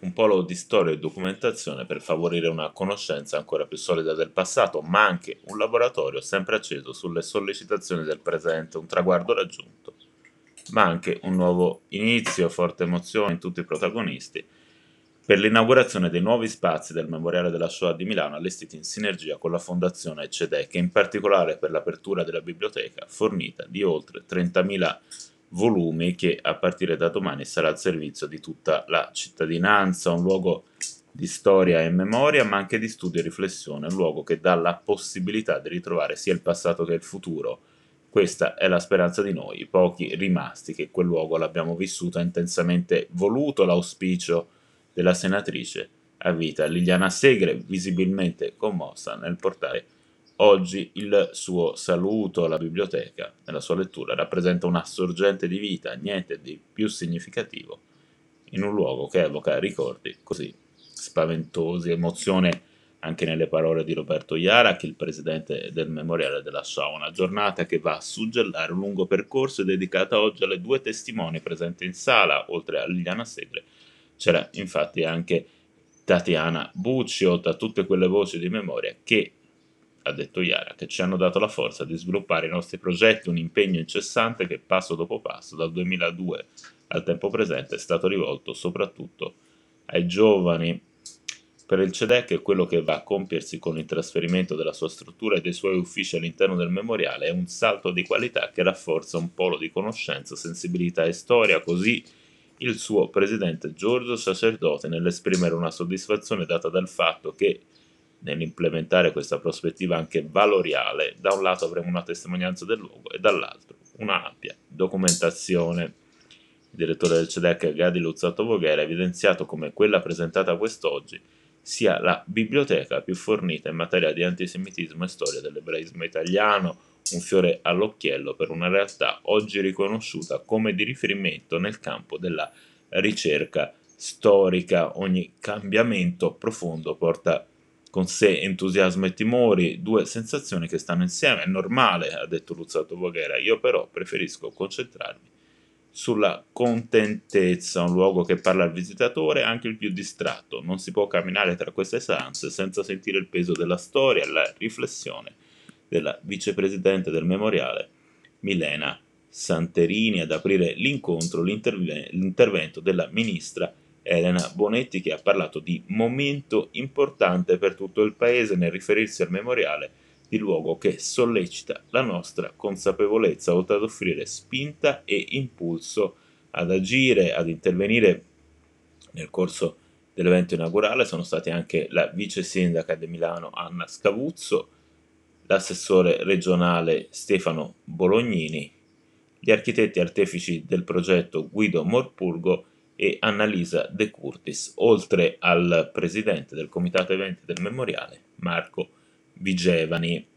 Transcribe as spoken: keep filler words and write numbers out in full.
un polo di storia e documentazione per favorire una conoscenza ancora più solida del passato, ma anche un laboratorio sempre acceso sulle sollecitazioni del presente, un traguardo raggiunto, ma anche un nuovo inizio, forte emozione in tutti i protagonisti, per l'inaugurazione dei nuovi spazi del Memoriale della Shoah di Milano allestiti in sinergia con la Fondazione CEDEC e in particolare per l'apertura della biblioteca fornita di oltre trentamila volumi che a partire da domani sarà al servizio di tutta la cittadinanza, un luogo di storia e memoria ma anche di studio e riflessione, un luogo che dà la possibilità di ritrovare sia il passato che il futuro. Questa è la speranza di noi, pochi rimasti che quel luogo l'abbiamo vissuto, ha intensamente voluto l'auspicio della senatrice a vita Liliana Segre, visibilmente commossa nel portare oggi il suo saluto alla biblioteca. Nella sua lettura rappresenta una sorgente di vita, niente di più significativo, in un luogo che evoca ricordi così spaventosi, emozione anche nelle parole di Roberto Iarac, il presidente del Memoriale della Shoah, una giornata che va a suggellare un lungo percorso dedicata oggi alle due testimoni presenti in sala, oltre a Liliana Segre. C'era infatti anche Tatiana Bucci, oltre a tutte quelle voci di memoria che, ha detto Iara, che ci hanno dato la forza di sviluppare i nostri progetti, un impegno incessante che passo dopo passo, dal duemiladue al tempo presente, è stato rivolto soprattutto ai giovani. Per il CEDEC è quello che va a compiersi con il trasferimento della sua struttura e dei suoi uffici all'interno del memoriale, è un salto di qualità che rafforza un polo di conoscenza, sensibilità e storia, così il suo presidente Giorgio Sacerdote nell'esprimere una soddisfazione data dal fatto che nell'implementare questa prospettiva anche valoriale, da un lato avremo una testimonianza del luogo e dall'altro un'ampia documentazione. Il direttore del CEDEC Gadi Luzzatto Voghera ha evidenziato come quella presentata quest'oggi sia la biblioteca più fornita in materia di antisemitismo e storia dell'ebraismo italiano, un fiore all'occhiello per una realtà oggi riconosciuta come di riferimento nel campo della ricerca storica. Ogni cambiamento profondo porta con sé entusiasmo e timori, due sensazioni che stanno insieme, è normale, ha detto Luzzatto Voghera, io però preferisco concentrarmi sulla contentezza, un luogo che parla al visitatore anche il più distratto, non si può camminare tra queste stanze senza sentire il peso della storia e la riflessione della vicepresidente del memoriale Milena Santerini. Ad aprire l'incontro l'interve- l'intervento della ministra Elena Bonetti, che ha parlato di momento importante per tutto il paese nel riferirsi al memoriale di luogo che sollecita la nostra consapevolezza, oltre ad offrire spinta e impulso ad agire, ad intervenire. Nel corso dell'evento inaugurale sono stati anche la vice sindaca di Milano Anna Scavuzzo, l'assessore regionale Stefano Bolognini, gli architetti artefici del progetto Guido Morpurgo e Annalisa De Curtis, oltre al presidente del comitato eventi del memoriale Marco Vigevani.